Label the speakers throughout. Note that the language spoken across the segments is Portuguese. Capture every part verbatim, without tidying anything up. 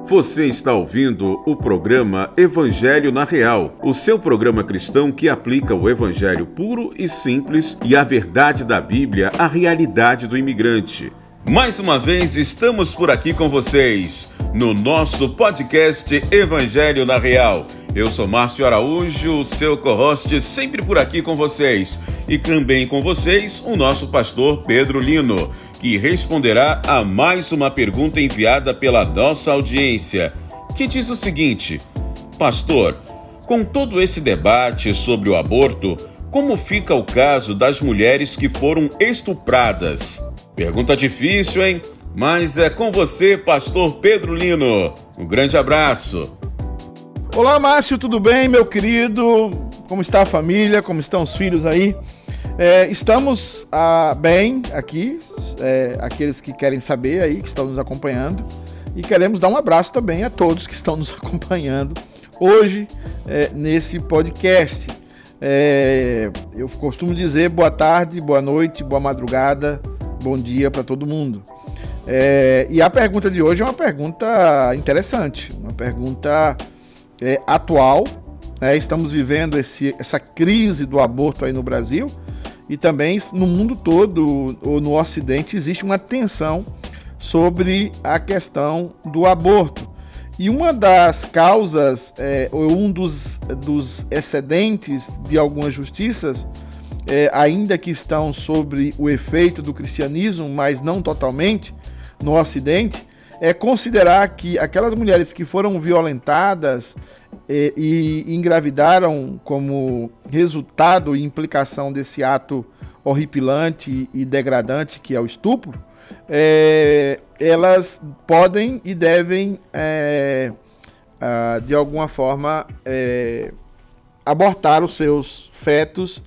Speaker 1: Você está ouvindo o programa Evangelho na Real, o seu programa cristão que aplica o evangelho puro e simples e a verdade da Bíblia à realidade do imigrante. Mais uma vez estamos por aqui com vocês, no nosso podcast Evangelho na Real. Eu sou Márcio Araújo, seu co-host, sempre por aqui com vocês. E também com vocês, o nosso pastor Pedro Lino, que responderá a mais uma pergunta enviada pela nossa audiência, que diz o seguinte: Pastor, com todo esse debate sobre o aborto, como fica o caso das mulheres que foram estupradas? Pergunta difícil, hein? Mas é com você, pastor Pedro Lino. Um grande abraço.
Speaker 2: Olá, Márcio, tudo bem, meu querido? Como está a família? Como estão os filhos aí? É, estamos ah, bem aqui, é, aqueles que querem saber aí, que estão nos acompanhando. E queremos dar um abraço também a todos que estão nos acompanhando hoje é, nesse podcast. É, eu costumo dizer boa tarde, boa noite, boa madrugada, bom dia para todo mundo. É, e a pergunta de hoje é uma pergunta interessante, uma pergunta é, atual. Né? Estamos vivendo esse, essa crise do aborto aí no Brasil e também no mundo todo, ou no Ocidente, existe uma tensão sobre a questão do aborto. E uma das causas, é, ou um dos, dos excedentes de algumas justiças, é, ainda que estão sobre o efeito do cristianismo, mas não totalmente, no Ocidente, é considerar que aquelas mulheres que foram violentadas e, e engravidaram como resultado e implicação desse ato horripilante e degradante que é o estupro, é, elas podem e devem, é, ah, de alguma forma, é, abortar os seus fetos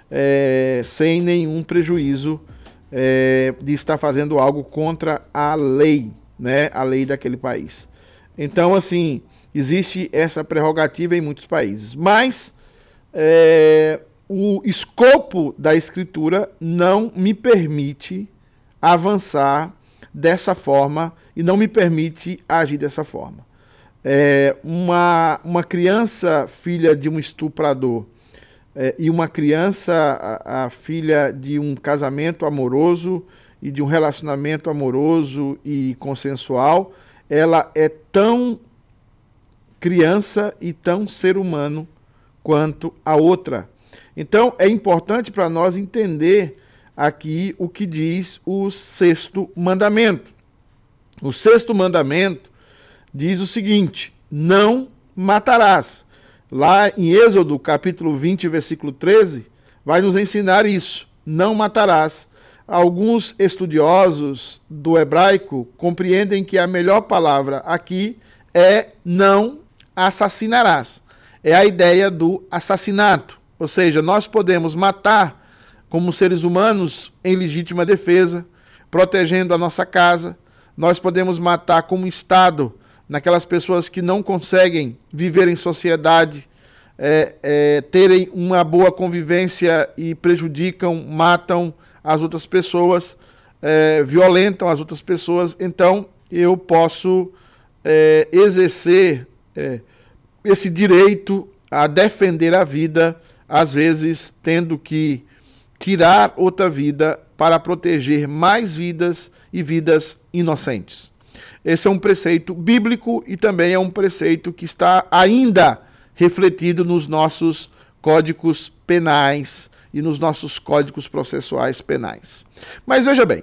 Speaker 2: é, sem nenhum prejuízo é, de estar fazendo algo contra a lei, né, a lei daquele país. Então, assim, existe essa prerrogativa em muitos países, mas é, o escopo da Escritura não me permite avançar dessa forma e não me permite agir dessa forma. É, uma, uma criança filha de um estuprador é, e uma criança a, a filha de um casamento amoroso e de um relacionamento amoroso e consensual, ela é tão criança e tão ser humano quanto a outra. Então, é importante para nós entender aqui o que diz o sexto mandamento. O sexto mandamento diz o seguinte: não matarás. Lá em Êxodo, capítulo vinte, versículo treze, vai nos ensinar isso: não matarás. Alguns estudiosos do hebraico compreendem que a melhor palavra aqui é não assassinarás. É a ideia do assassinato. Ou seja, nós podemos matar como seres humanos em legítima defesa, protegendo a nossa casa. Nós podemos matar como Estado naquelas pessoas que não conseguem viver em sociedade, é, é, terem uma boa convivência e prejudicam, matam as outras pessoas, é, violentam as outras pessoas. Então, eu posso é, exercer é, esse direito a defender a vida, às vezes tendo que tirar outra vida para proteger mais vidas e vidas inocentes. Esse é um preceito bíblico e também é um preceito que está ainda refletido nos nossos códigos penais e nos nossos códigos processuais penais. Mas veja bem,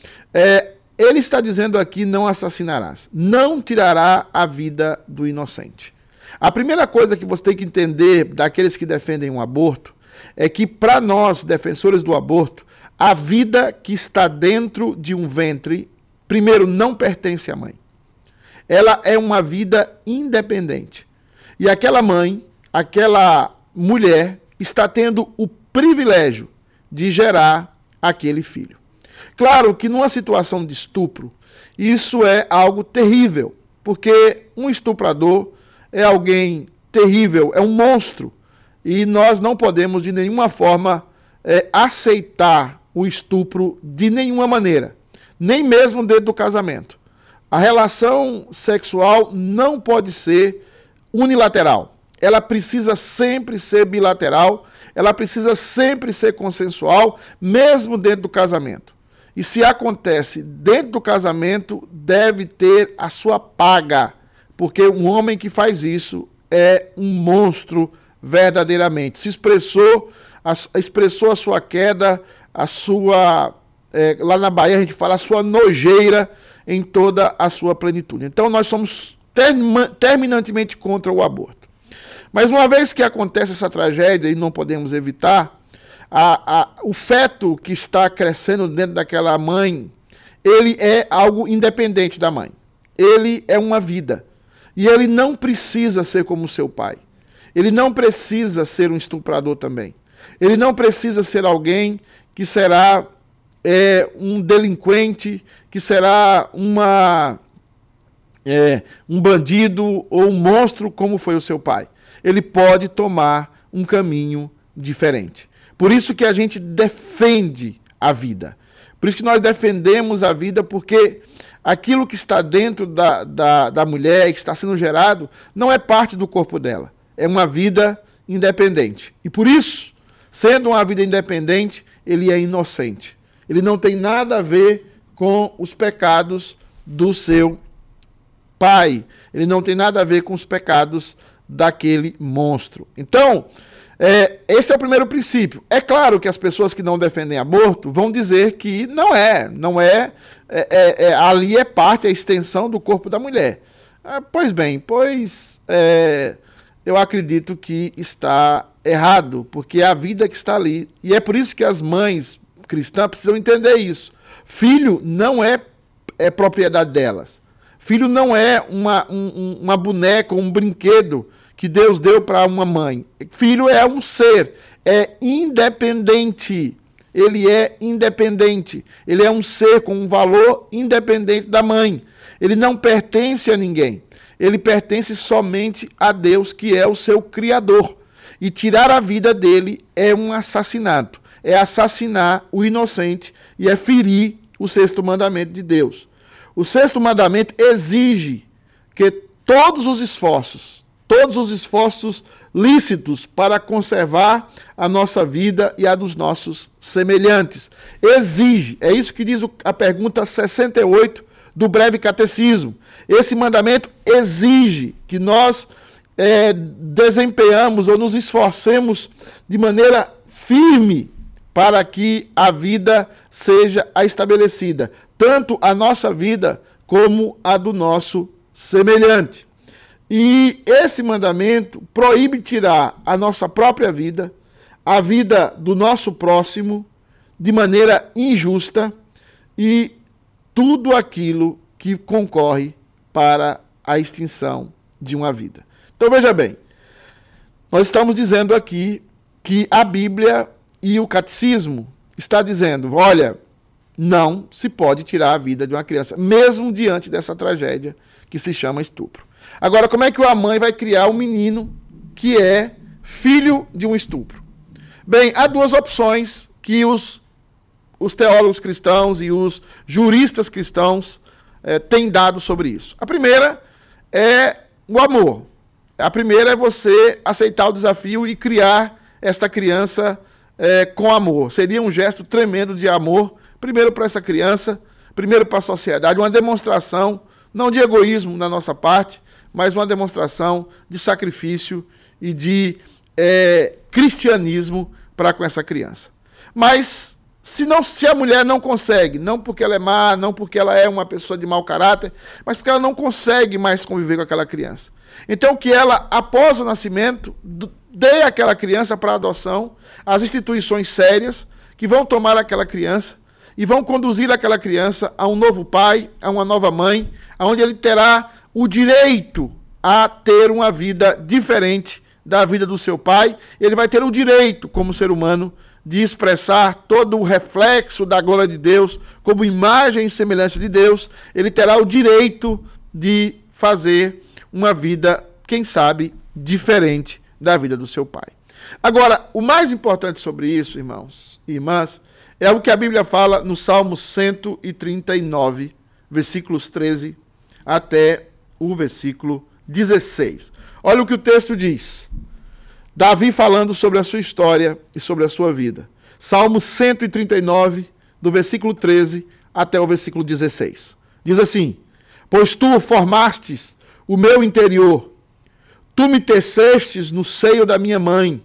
Speaker 2: é, ele está dizendo aqui: não assassinarás, não tirará a vida do inocente. A primeira coisa que você tem que entender daqueles que defendem um aborto é que, para nós, defensores do aborto, a vida que está dentro de um ventre, primeiro, não pertence à mãe. Ela é uma vida independente. E aquela mãe, aquela mulher, está tendo o privilégio de gerar aquele filho. Claro que numa situação de estupro, isso é algo terrível, porque um estuprador é alguém terrível, é um monstro. E nós não podemos de nenhuma forma é, aceitar o estupro de nenhuma maneira, nem mesmo dentro do casamento. A relação sexual não pode ser unilateral. Ela precisa sempre ser bilateral, ela precisa sempre ser consensual, mesmo dentro do casamento. E se acontece dentro do casamento, deve ter a sua paga, porque um homem que faz isso é um monstro verdadeiramente. Se expressou, a, expressou a sua queda, a sua, é, lá na Bahia a gente fala a sua nojeira em toda a sua plenitude. Então nós somos term, terminantemente contra o aborto. Mas uma vez que acontece essa tragédia e não podemos evitar, a, a, o feto que está crescendo dentro daquela mãe, ele é algo independente da mãe. Ele é uma vida. E ele não precisa ser como seu pai. Ele não precisa ser um estuprador também. Ele não precisa ser alguém que será é, um delinquente, que será uma, é, um bandido ou um monstro como foi o seu pai. Ele pode tomar um caminho diferente. Por isso que a gente defende a vida. Por isso que nós defendemos a vida, porque aquilo que está dentro da, da, da mulher, que está sendo gerado, não é parte do corpo dela. É uma vida independente. E por isso, sendo uma vida independente, ele é inocente. Ele não tem nada a ver com os pecados do seu pai. Ele não tem nada a ver com os pecados daquele monstro. Então, é, esse é o primeiro princípio. É claro que as pessoas que não defendem aborto vão dizer que não é, não é, é, é, é ali é parte, é a extensão do corpo da mulher. Ah, pois bem, pois é, eu acredito que está errado, porque é a vida que está ali. E é por isso que as mães cristãs precisam entender isso. Filho não é, é propriedade delas. Filho não é uma, um, uma boneca, um brinquedo que Deus deu para uma mãe. Filho é um ser, é independente. Ele é independente. Ele é um ser com um valor independente da mãe. Ele não pertence a ninguém. Ele pertence somente a Deus, que é o seu Criador. E tirar a vida dele é um assassinato. É assassinar o inocente e é ferir o sexto mandamento de Deus. O sexto mandamento exige que todos os esforços, todos os esforços lícitos para conservar a nossa vida e a dos nossos semelhantes. Exige, é isso que diz a pergunta sessenta e oito do Breve Catecismo. Esse mandamento exige que nós é, desempenhamos ou nos esforcemos de maneira firme para que a vida seja estabelecida, tanto a nossa vida como a do nosso semelhante. E esse mandamento proíbe tirar a nossa própria vida, a vida do nosso próximo, de maneira injusta e tudo aquilo que concorre para a extinção de uma vida. Então veja bem, nós estamos dizendo aqui que a Bíblia e o catecismo está dizendo, olha, não se pode tirar a vida de uma criança, mesmo diante dessa tragédia que se chama estupro. Agora, como é que uma mãe vai criar um menino que é filho de um estupro? Bem, há duas opções que os, os teólogos cristãos e os juristas cristãos eh, têm dado sobre isso. A primeira é o amor. A primeira é você aceitar o desafio e criar esta criança É, com amor. Seria um gesto tremendo de amor, primeiro para essa criança, primeiro para a sociedade, uma demonstração, não de egoísmo da nossa parte, mas uma demonstração de sacrifício e de é, cristianismo para com essa criança. Mas se, não, se a mulher não consegue, não porque ela é má, não porque ela é uma pessoa de mau caráter, mas porque ela não consegue mais conviver com aquela criança. Então que ela, após o nascimento, dê aquela criança para adoção às instituições sérias que vão tomar aquela criança e vão conduzir aquela criança a um novo pai, a uma nova mãe, onde ele terá o direito a ter uma vida diferente da vida do seu pai. Ele vai ter o direito, como ser humano, de expressar todo o reflexo da glória de Deus, como imagem e semelhança de Deus. Ele terá o direito de fazer uma vida, quem sabe, diferente da vida do seu pai. Agora, o mais importante sobre isso, irmãos e irmãs, é o que a Bíblia fala no Salmo cento e trinta e nove, versículos treze até o versículo dezesseis. Olha o que o texto diz. Davi falando sobre a sua história e sobre a sua vida. Salmo cento e trinta e nove, do versículo treze até o versículo dezesseis. Diz assim: pois tu formastes o meu interior, tu me tecestes no seio da minha mãe.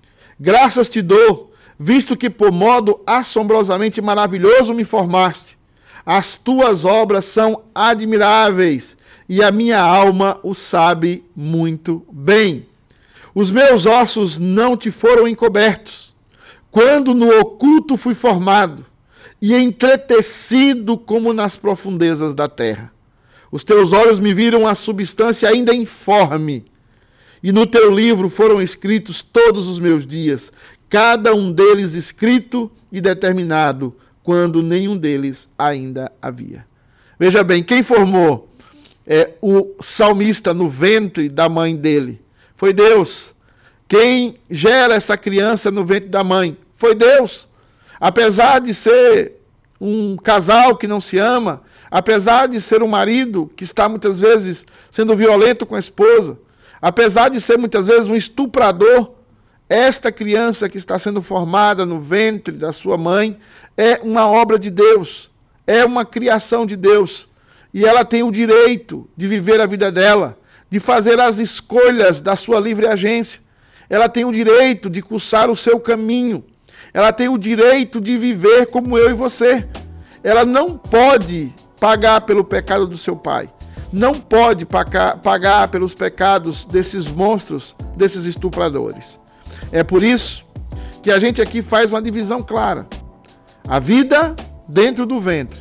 Speaker 2: Graças te dou, visto que por modo assombrosamente maravilhoso me formaste. As tuas obras são admiráveis, e a minha alma o sabe muito bem. Os meus ossos não te foram encobertos, quando no oculto fui formado, e entretecido como nas profundezas da terra. Os teus olhos me viram a substância ainda informe, e no teu livro foram escritos todos os meus dias, cada um deles escrito e determinado, quando nenhum deles ainda havia. Veja bem, quem formou é, o salmista no ventre da mãe dele? Foi Deus. Quem gera essa criança no ventre da mãe? Foi Deus. Apesar de ser um casal que não se ama, apesar de ser um marido que está muitas vezes sendo violento com a esposa, apesar de ser muitas vezes um estuprador, esta criança que está sendo formada no ventre da sua mãe é uma obra de Deus, é uma criação de Deus. E ela tem o direito de viver a vida dela, de fazer as escolhas da sua livre agência. Ela tem o direito de cursar o seu caminho. Ela tem o direito de viver como eu e você. Ela não pode pagar pelo pecado do seu pai. Não pode pagar, pagar pelos pecados desses monstros, desses estupradores. É por isso que a gente aqui faz uma divisão clara. A vida dentro do ventre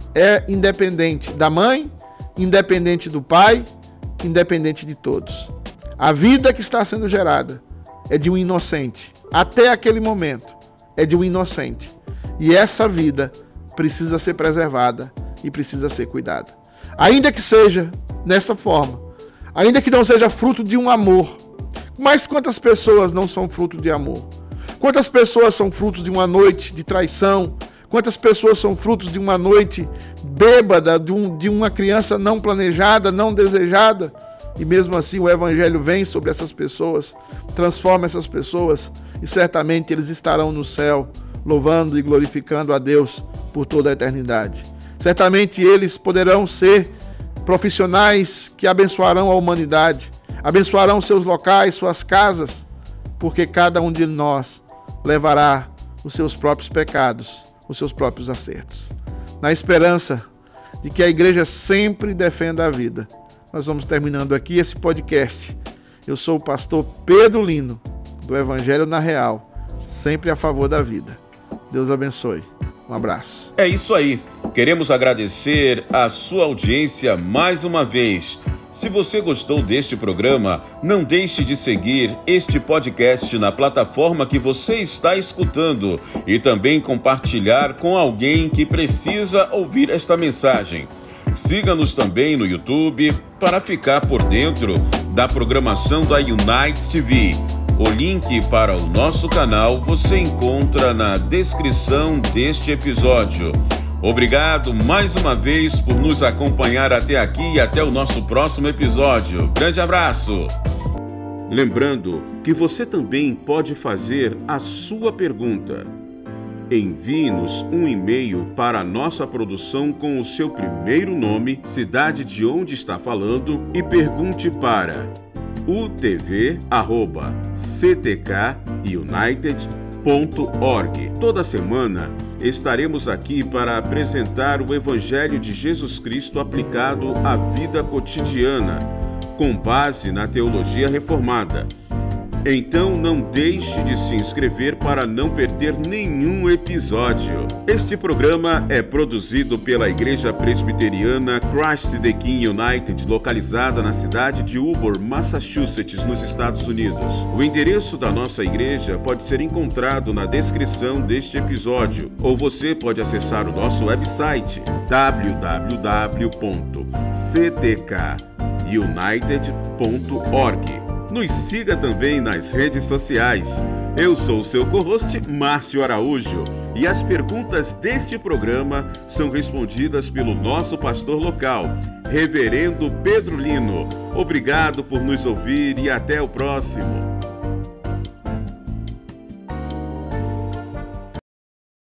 Speaker 2: é independente da mãe, independente do pai, independente de todos. A vida que está sendo gerada é de um inocente. Até aquele momento é de um inocente. E essa vida precisa ser preservada e precisa ser cuidada. Ainda que seja nessa forma, ainda que não seja fruto de um amor. Mas quantas pessoas não são fruto de amor? Quantas pessoas são frutos de uma noite de traição? Quantas pessoas são frutos de uma noite bêbada, de, um, de uma criança não planejada, não desejada? E mesmo assim o Evangelho vem sobre essas pessoas, transforma essas pessoas e certamente eles estarão no céu, louvando e glorificando a Deus por toda a eternidade. Certamente eles poderão ser profissionais que abençoarão a humanidade, abençoarão seus locais, suas casas, porque cada um de nós levará os seus próprios pecados, os seus próprios acertos. Na esperança de que a igreja sempre defenda a vida, nós vamos terminando aqui esse podcast. Eu sou o pastor Pedro Lino, do Evangelho na Real, sempre a favor da vida. Deus abençoe. Um abraço.
Speaker 1: É isso aí. Queremos agradecer a sua audiência mais uma vez. Se você gostou deste programa, não deixe de seguir este podcast na plataforma que você está escutando e também compartilhar com alguém que precisa ouvir esta mensagem. Siga-nos também no YouTube para ficar por dentro da programação da Unite T V. O link para o nosso canal você encontra na descrição deste episódio. Obrigado mais uma vez por nos acompanhar até aqui e até o nosso próximo episódio. Grande abraço! Lembrando que você também pode fazer a sua pergunta. Envie-nos um e-mail para a nossa produção com o seu primeiro nome, cidade de onde está falando e pergunte para u t v arroba c t k united ponto org. Toda semana estaremos aqui para apresentar o Evangelho de Jesus Cristo aplicado à vida cotidiana, com base na teologia reformada. Então não deixe de se inscrever para não perder nenhum episódio. Este programa é produzido pela Igreja Presbiteriana Christ the King United, localizada na cidade de Ubor, Massachusetts, nos Estados Unidos. O endereço da nossa igreja pode ser encontrado na descrição deste episódio, ou você pode acessar o nosso website w w w ponto c t k united ponto org. Nos siga também nas redes sociais. Eu sou o seu co-host, Márcio Araújo, e as perguntas deste programa são respondidas pelo nosso pastor local, Reverendo Pedro Lino. Obrigado por nos ouvir e até o próximo.